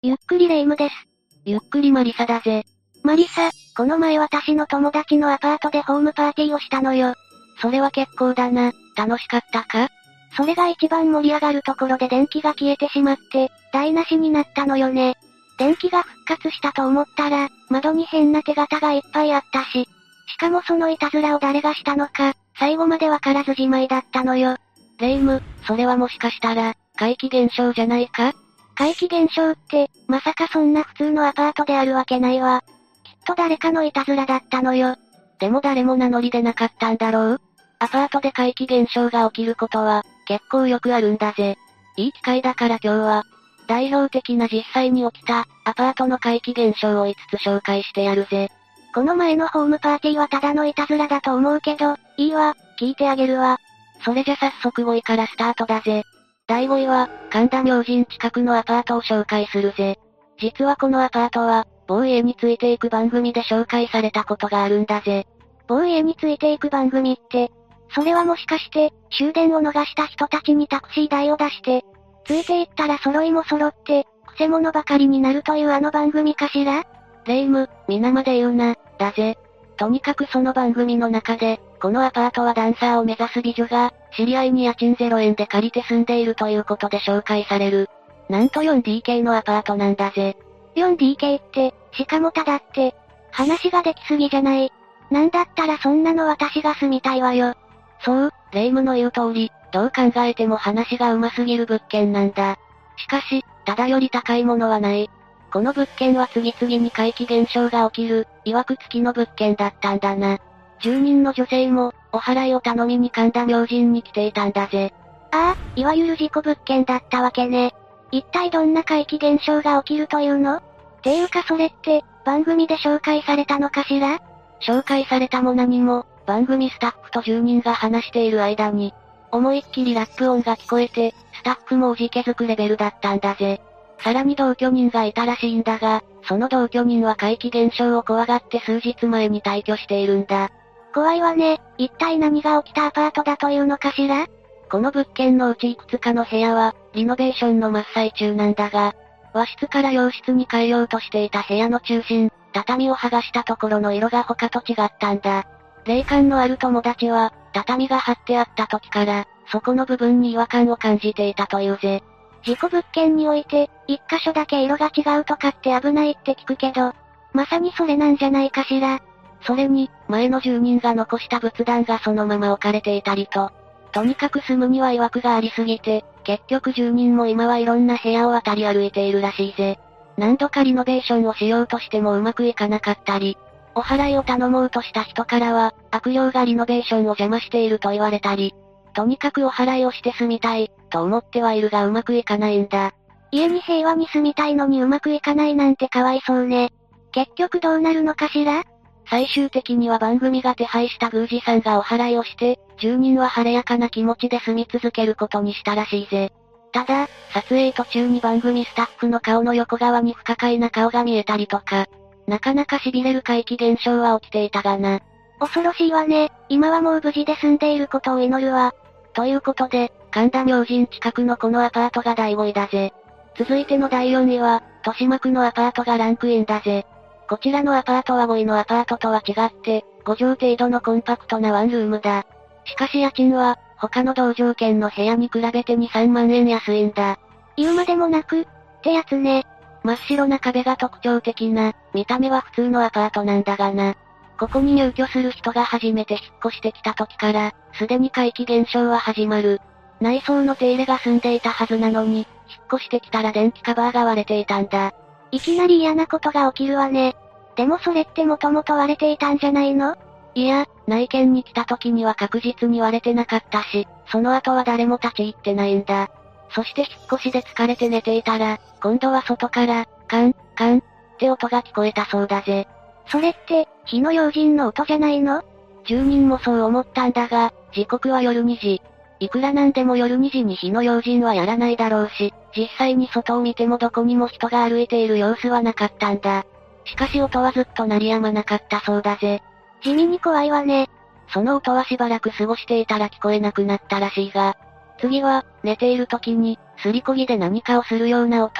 ゆっくりレ夢ムです。 ゆっくりマリサだぜ。 マリサ、この前私の友達のアパートでホームパーティーをしたのよ。 それは結構だな。楽しかったか？ それが一番盛り上がるところで電気が消えてしまって、台無しになったのよね。電気が復活したと思ったら、窓に変な手形がいっぱいあったし。しかもそのいたずらを誰がしたのか、最後までわからずじまいだったのよ。 レ夢ム、それはもしかしたら、怪奇現象じゃないか？ 怪奇現象って、まさかそんな普通のアパートであるわけないわ。きっと誰かのいたずらだったのよ。 でも誰も名乗り出なかったんだろう？アパートで怪奇現象が起きることは、結構よくあるんだぜ。いい機会だから今日は、代表的な実際に起きた、アパートの怪奇現象を5つ紹介してやるぜ。 この前のホームパーティーはただのいたずらだと思うけど、いいわ、聞いてあげるわ。 それじゃ早速5位からスタートだぜ。第5位は、神田明神近くのアパートを紹介するぜ。実はこのアパートは、某家についていく番組で紹介されたことがあるんだぜ。 某家についていく番組って、それはもしかして、終電を逃した人たちにタクシー代を出して、ついていったら揃いも揃って、くせ者ばかりになるというあの番組かしら？ レ夢ム、皆まで言うな、だぜ。とにかくその番組の中で、このアパートはダンサーを目指す美女が、知り合いに家賃0円で借りて住んでいるということで紹介される。なんと 4DK のアパートなんだぜ。 4DK って、しかもただって、話ができすぎじゃない。なんだったらそんなの私が住みたいわよ。 そう、レ夢ムの言う通り、どう考えても話が上手すぎる物件なんだ。しかし、ただより高いものはない。この物件は次々に怪奇現象が起きる、曰く付きの物件だったんだな。住人の女性も、お払いを頼みに神田明神に来ていたんだぜ。 ああ、いわゆる事故物件だったわけね。一体どんな怪奇現象が起きるというの？っていうかそれって、番組で紹介されたのかしら？ 紹介されたも何も、番組スタッフと住人が話している間に、思いっきりラップ音が聞こえて、スタッフもおじけづくレベルだったんだぜ。さらに同居人がいたらしいんだが、その同居人は怪奇現象を怖がって数日前に退去しているんだ。 怖いわね。一体何が起きたアパートだというのかしら？ この物件のうちいくつかの部屋は、リノベーションの真っ最中なんだが、和室から洋室に変えようとしていた部屋の中心、畳を剥がしたところの色が他と違ったんだ。霊感のある友達は、畳が貼ってあった時から、そこの部分に違和感を感じていたというぜ。 事故物件において、一箇所だけ色が違うとかって危ないって聞くけど、まさにそれなんじゃないかしら。 それに、前の住人が残した仏壇がそのまま置かれていたりと、とにかく住むには曰くがありすぎて、結局住人も今はいろんな部屋を渡り歩いているらしいぜ。何度かリノベーションをしようとしてもうまくいかなかったり、お払いを頼もうとした人からは、悪霊がリノベーションを邪魔していると言われたり、とにかくお払いをして住みたい、と思ってはいるがうまくいかないんだ。 家に平和に住みたいのにうまくいかないなんてかわいそうね。結局どうなるのかしら？ 最終的には番組が手配した宮司さんがお払いをして、住人は晴れやかな気持ちで住み続けることにしたらしいぜ。ただ、撮影途中に番組スタッフの顔の横側に不可解な顔が見えたりとか、なかなか痺れる怪奇現象は起きていたがな。 恐ろしいわね。今はもう無事で住んでいることを祈るわ。 ということで、神田明神近くのこのアパートが第5位だぜ。続いての第4位は、豊島区のアパートがランクインだぜ。こちらのアパートは5位のアパートとは違って、5畳程度のコンパクトなワンルームだ。しかし家賃は、他の同条件の部屋に比べて2、3万円安いんだ。 言うまでもなく、ってやつね。 真っ白な壁が特徴的な、見た目は普通のアパートなんだがな。ここに入居する人が初めて引っ越してきた時から、すでに怪奇現象は始まる。内装の手入れが済んでいたはずなのに、引っ越してきたら電気カバーが割れていたんだ。 いきなり嫌なことが起きるわね。でもそれってもともと割れていたんじゃないの？ いや、内見に来た時には確実に割れてなかったし、その後は誰も立ち入ってないんだ。そして引っ越しで疲れて寝ていたら、今度は外から、カン、カン、って音が聞こえたそうだぜ。 それって、火の用心の音じゃないの？ 住人もそう思ったんだが、時刻は夜2時。いくらなんでも夜2時に火の用心はやらないだろうし、実際に外を見てもどこにも人が歩いている様子はなかったんだ。しかし音はずっと鳴りやまなかったそうだぜ。 地味に怖いわね。 その音はしばらく過ごしていたら聞こえなくなったらしいが、次は、寝ている時に、すりこぎで何かをするような音。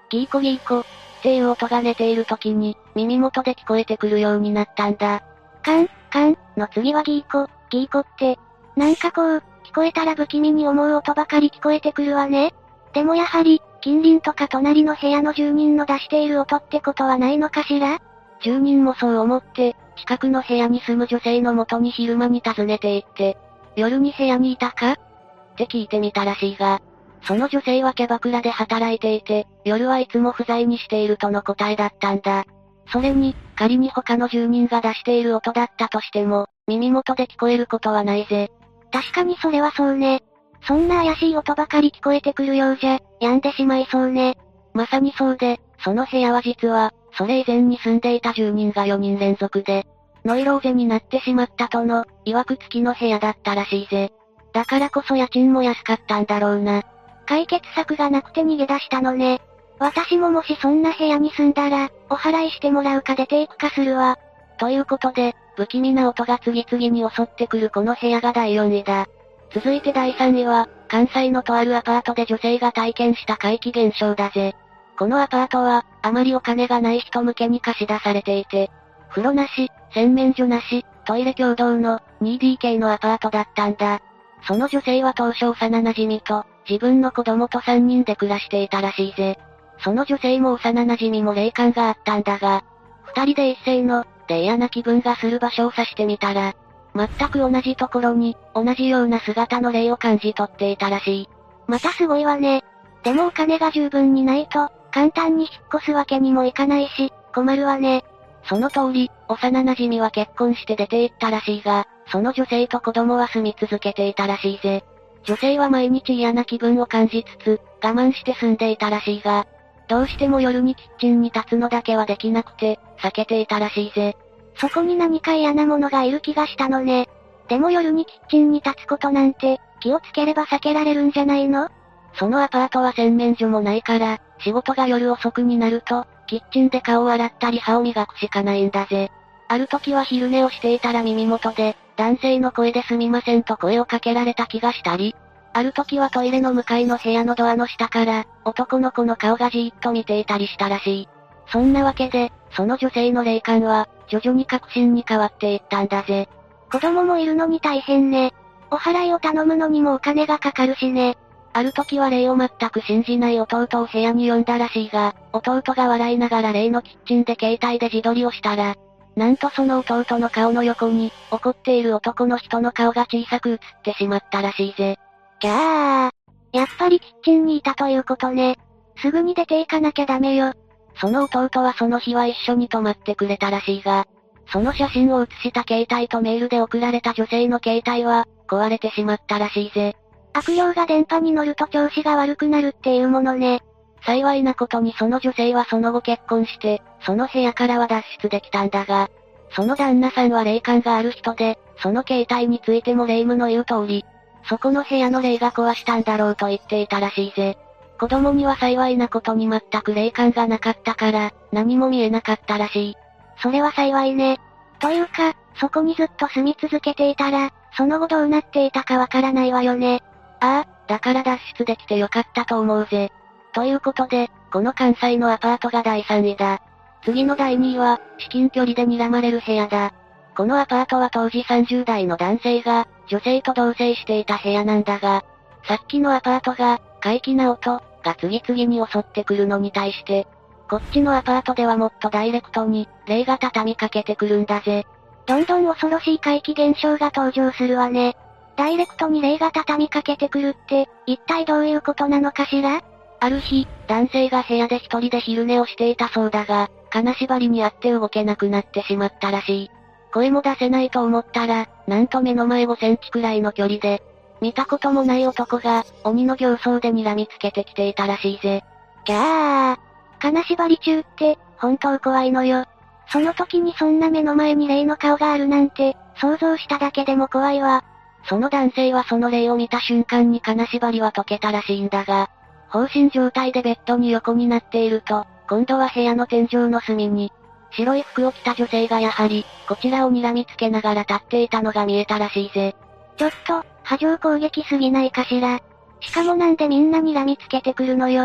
ギーコギーコ、っていう音が寝ている時に、耳元で聞こえてくるようになったんだ。 カン、カン、の次はギーコって、なんかこう、聞こえたら不気味に思う音ばかり聞こえてくるわね。でもやはり、近隣とか隣の部屋の住人の出している音ってことはないのかしら？ 住人もそう思って、近くの部屋に住む女性の元に昼間に訪ねて行って、夜に部屋にいたかって聞いてみたらしいが、その女性はキャバクラで働いていて、夜はいつも不在にしているとの答えだったんだ。それに、仮に他の住人が出している音だったとしても、耳元で聞こえることはないぜ。 確かにそれはそうね。そんな怪しい音ばかり聞こえてくるようじゃ、病んでしまいそうね。 まさにそうで、その部屋は実は、それ以前に住んでいた住人が4人連続で、ノイローゼになってしまったとの、曰く付きの部屋だったらしいぜ。だからこそ家賃も安かったんだろうな。 解決策がなくて逃げ出したのね。私ももしそんな部屋に住んだら、お払いしてもらうか出ていくかするわ。 ということで、不気味な音が次々に襲ってくるこの部屋が第4位だ。続いて第3位は、関西のとあるアパートで女性が体験した怪奇現象だぜ。このアパートは、あまりお金がない人向けに貸し出されていて、風呂なし、洗面所なし、トイレ共同の 2DK のアパートだったんだ。その女性は当初幼馴染と、自分の子供と3人で暮らしていたらしいぜ。その女性も幼馴染も霊感があったんだが、二人で一斉の、で嫌な気分がする場所を指してみたら、全く同じところに、同じような姿の霊を感じ取っていたらしい。 またすごいわね。でもお金が十分にないと、簡単に引っ越すわけにもいかないし、困るわね。 その通り、幼馴染は結婚して出て行ったらしいが、その女性と子供は住み続けていたらしいぜ。女性は毎日嫌な気分を感じつつ、我慢して住んでいたらしいが、どうしても夜にキッチンに立つのだけはできなくて、避けていたらしいぜ。 そこに何か嫌なものがいる気がしたのね。でも夜にキッチンに立つことなんて、気をつければ避けられるんじゃないの？ そのアパートは洗面所もないから、仕事が夜遅くになると、キッチンで顔を洗ったり歯を磨くしかないんだぜ。ある時は昼寝をしていたら耳元で、男性の声ですみませんと声をかけられた気がしたり、ある時はトイレの向かいの部屋のドアの下から、男の子の顔がじーっと見ていたりしたらしい。そんなわけで、その女性の霊感は、徐々に確信に変わっていったんだぜ。 子供もいるのに大変ね。お払いを頼むのにもお金がかかるしね。 ある時は霊を全く信じない弟を部屋に呼んだらしいが、弟が笑いながら霊のキッチンで携帯で自撮りをしたら、なんとその弟の顔の横に、怒っている男の人の顔が小さく映ってしまったらしいぜ。 キャー。やっぱりキッチンにいたということね。すぐに出て行かなきゃダメよ。 その弟はその日は一緒に泊まってくれたらしいが、その写真を写した携帯とメールで送られた女性の携帯は、壊れてしまったらしいぜ。 悪霊が電波に乗ると調子が悪くなるっていうものね。 幸いなことにその女性はその後結婚して、その部屋からは脱出できたんだが、その旦那さんは霊感がある人で、その携帯についても霊夢の言う通り、そこの部屋の霊が壊したんだろうと言っていたらしいぜ。子供には幸いなことに全く霊感がなかったから、何も見えなかったらしい。 それは幸いね。というか、そこにずっと住み続けていたら、その後どうなっていたかわからないわよね。 ああ、だから脱出できてよかったと思うぜ。ということで、この関西のアパートが第3位だ。次の第2位は、至近距離で睨まれる部屋だ。このアパートは当時30代の男性が、女性と同棲していた部屋なんだが、さっきのアパートが、怪奇な音、が次々に襲ってくるのに対して、こっちのアパートではもっとダイレクトに、霊が畳みかけてくるんだぜ。 どんどん恐ろしい怪奇現象が登場するわね。ダイレクトに霊が畳みかけてくるって、一体どういうことなのかしら？ ある日、男性が部屋で一人で昼寝をしていたそうだが、金縛りにあって動けなくなってしまったらしい。声も出せないと思ったら、なんと目の前5センチくらいの距離で、見たこともない男が、鬼の形相で睨みつけてきていたらしいぜ。 キャー。金縛り中って、本当怖いのよ。その時にそんな目の前に霊の顔があるなんて、想像しただけでも怖いわ。 その男性はその霊を見た瞬間に金縛りは解けたらしいんだが、放心状態でベッドに横になっていると、今度は部屋の天井の隅に、白い服を着た女性がやはり、こちらを睨みつけながら立っていたのが見えたらしいぜ。 ちょっと、波状攻撃すぎないかしら。しかもなんでみんな睨みつけてくるのよ。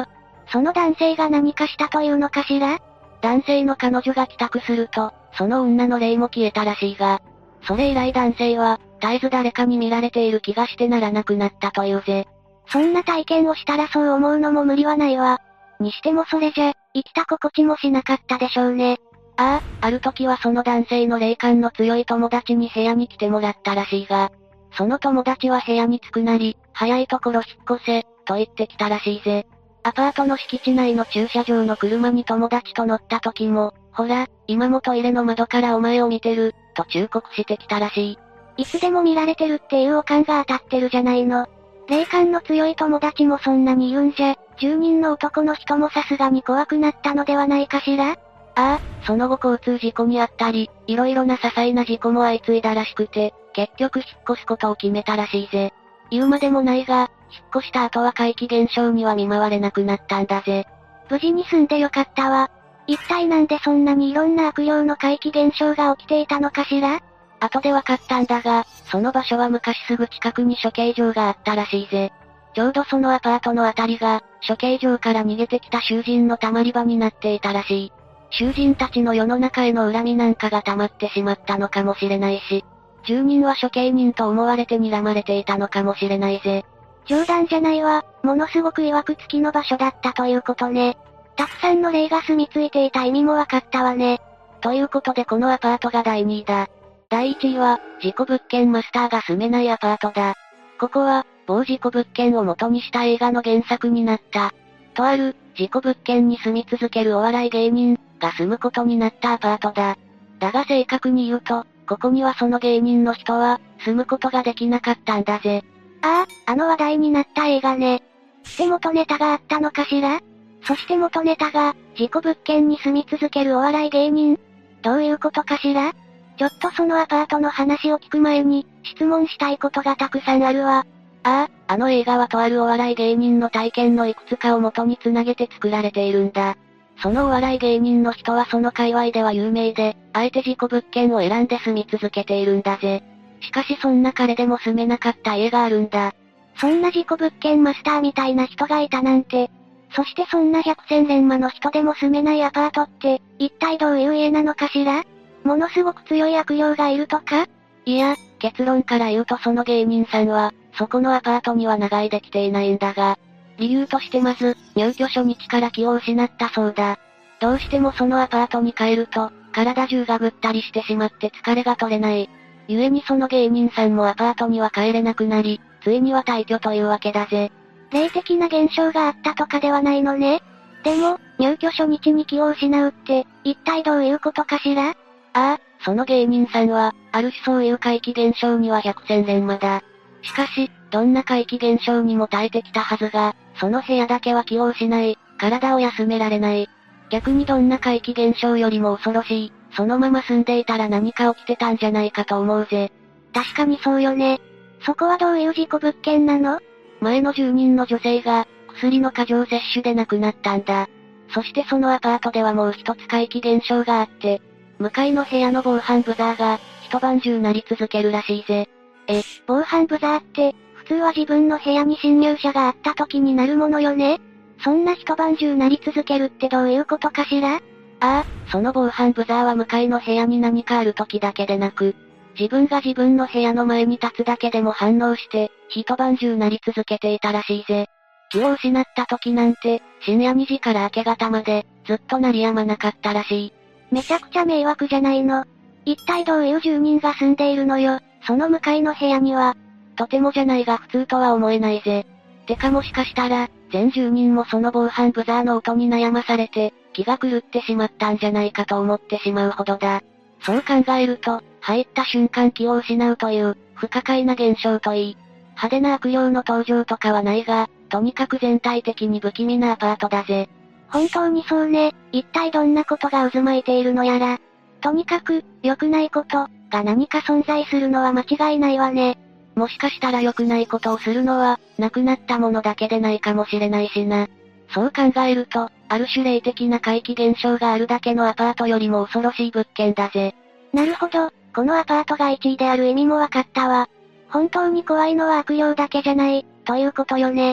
その男性が何かしたというのかしら？ 男性の彼女が帰宅すると、その女の霊も消えたらしいが、それ以来男性は、絶えず誰かに見られている気がしてならなくなったというぜ。 そんな体験をしたらそう思うのも無理はないわ。にしてもそれじゃ、生きた心地もしなかったでしょうね。 ある時はその男性の霊感の強い友達に部屋に来てもらったらしいが、その友達は部屋に着くなり、早いところ引っ越せ、と言ってきたらしいぜ。アパートの敷地内の駐車場の車に友達と乗った時も、ほら、今もトイレの窓からお前を見てる、と忠告してきたらしい。 いつでも見られてるっていう予感が当たってるじゃないの。霊感の強い友達もそんなに言うんじゃ、住人の男の人もさすがに怖くなったのではないかしら？ その後交通事故にあったり、いろいろな些細な事故も相次いだらしくて、結局引っ越すことを決めたらしいぜ。言うまでもないが、引っ越した後は怪奇現象には見舞われなくなったんだぜ。 無事に住んでよかったわ。一体なんでそんなにいろんな悪霊の怪奇現象が起きていたのかしら？ 後でわかったんだが、その場所は昔すぐ近くに処刑場があったらしいぜ。ちょうどそのアパートのあたりが、処刑場から逃げてきた囚人の溜まり場になっていたらしい。囚人たちの世の中への恨みなんかが溜まってしまったのかもしれないし、住人は処刑人と思われて睨まれていたのかもしれないぜ。 冗談じゃないわ、ものすごく曰く付きの場所だったということね。たくさんの霊が住み着いていた意味もわかったわね。 ということでこのアパートが第2位だ。第1位は、事故物件マスターが住めないアパートだ。ここは、某事故物件を元にした映画の原作になった。とある、事故物件に住み続けるお笑い芸人が住むことになったアパートだ。だが正確に言うと、ここにはその芸人の人は、住むことができなかったんだぜ。 あの話題になった映画ね。して元ネタがあったのかしら？そして元ネタが、事故物件に住み続けるお笑い芸人？どういうことかしら？ちょっとそのアパートの話を聞く前に、質問したいことがたくさんあるわ。 あの映画はとあるお笑い芸人の体験のいくつかを元に繋げて作られているんだ。そのお笑い芸人の人はその界隈では有名で、あえて事故物件を選んで住み続けているんだぜ。しかしそんな彼でも住めなかった家があるんだ。 そんな事故物件マスターみたいな人がいたなんて。そしてそんな百戦錬磨の人でも住めないアパートって、一体どういう家なのかしら？ものすごく強い悪霊がいるとか？ いや、結論から言うとその芸人さんは、そこのアパートには長居できていないんだが、理由としてまず、入居初日から気を失ったそうだ。どうしてもそのアパートに帰ると、体中がぐったりしてしまって疲れが取れない。故にその芸人さんもアパートには帰れなくなり、ついには退去というわけだぜ。 霊的な現象があったとかではないのね。でも、入居初日に気を失うって、一体どういうことかしら？ その芸人さんは、ある種そういう怪奇現象には百戦錬磨だ。しかし、どんな怪奇現象にも耐えてきたはずが、その部屋だけは気を失い、体を休められない。逆にどんな怪奇現象よりも恐ろしい、そのまま住んでいたら何か起きてたんじゃないかと思うぜ。 確かにそうよね。そこはどういう事故物件なの？ 前の住人の女性が、薬の過剰摂取で亡くなったんだ。そしてそのアパートではもう一つ怪奇現象があって、向かいの部屋の防犯ブザーが、一晩中鳴り続けるらしいぜ。 防犯ブザーって、普通は自分の部屋に侵入者があった時に鳴るものよね？そんな一晩中鳴り続けるってどういうことかしら？ その防犯ブザーは向かいの部屋に何かある時だけでなく、自分が自分の部屋の前に立つだけでも反応して、一晩中鳴り続けていたらしいぜ。気を失った時なんて、深夜2時から明け方まで、ずっと鳴り止まなかったらしい。 めちゃくちゃ迷惑じゃないの。一体どういう住人が住んでいるのよ、その向かいの部屋には。 とてもじゃないが普通とは思えないぜ。てかもしかしたら、全住人もその防犯ブザーの音に悩まされて、気が狂ってしまったんじゃないかと思ってしまうほどだ。そう考えると、入った瞬間気を失うという、不可解な現象といい。派手な悪霊の登場とかはないが、とにかく全体的に不気味なアパートだぜ。 本当にそうね、一体どんなことが渦巻いているのやら。とにかく、良くないこと、が何か存在するのは間違いないわね。 もしかしたら良くないことをするのは、亡くなったものだけでないかもしれないしな。そう考えると、ある種霊的な怪奇現象があるだけのアパートよりも恐ろしい物件だぜ。 なるほど、このアパートが1位である意味もわかったわ。本当に怖いのは悪霊だけじゃない、ということよね。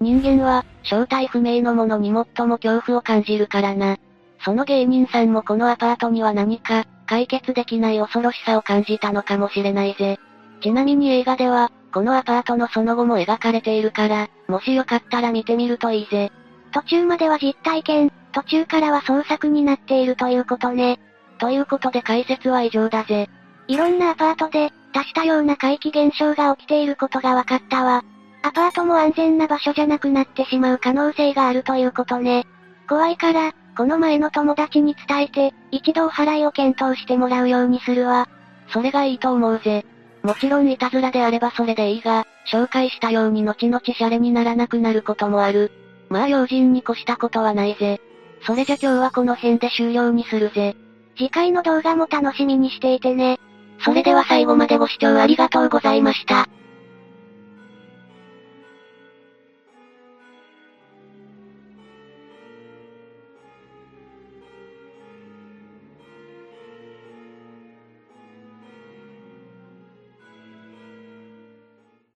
人間は、正体不明のものに最も恐怖を感じるからな。その芸人さんもこのアパートには何か、解決できない恐ろしさを感じたのかもしれないぜ。ちなみに映画では、このアパートのその後も描かれているから、もしよかったら見てみるといいぜ。 途中までは実体験、途中からは創作になっているということね。 ということで解説は以上だぜ。 いろんなアパートで、多種多様な怪奇現象が起きていることが分かったわ。アパートも安全な場所じゃなくなってしまう可能性があるということね。怖いから、この前の友達に伝えて、一度お祓いを検討してもらうようにするわ。 それがいいと思うぜ。もちろんいたずらであればそれでいいが、紹介したように後々シャレにならなくなることもある。まあ用心に越したことはないぜ。それじゃ今日はこの辺で終了にするぜ。 次回の動画も楽しみにしていてね。 それでは最後までご視聴ありがとうございました。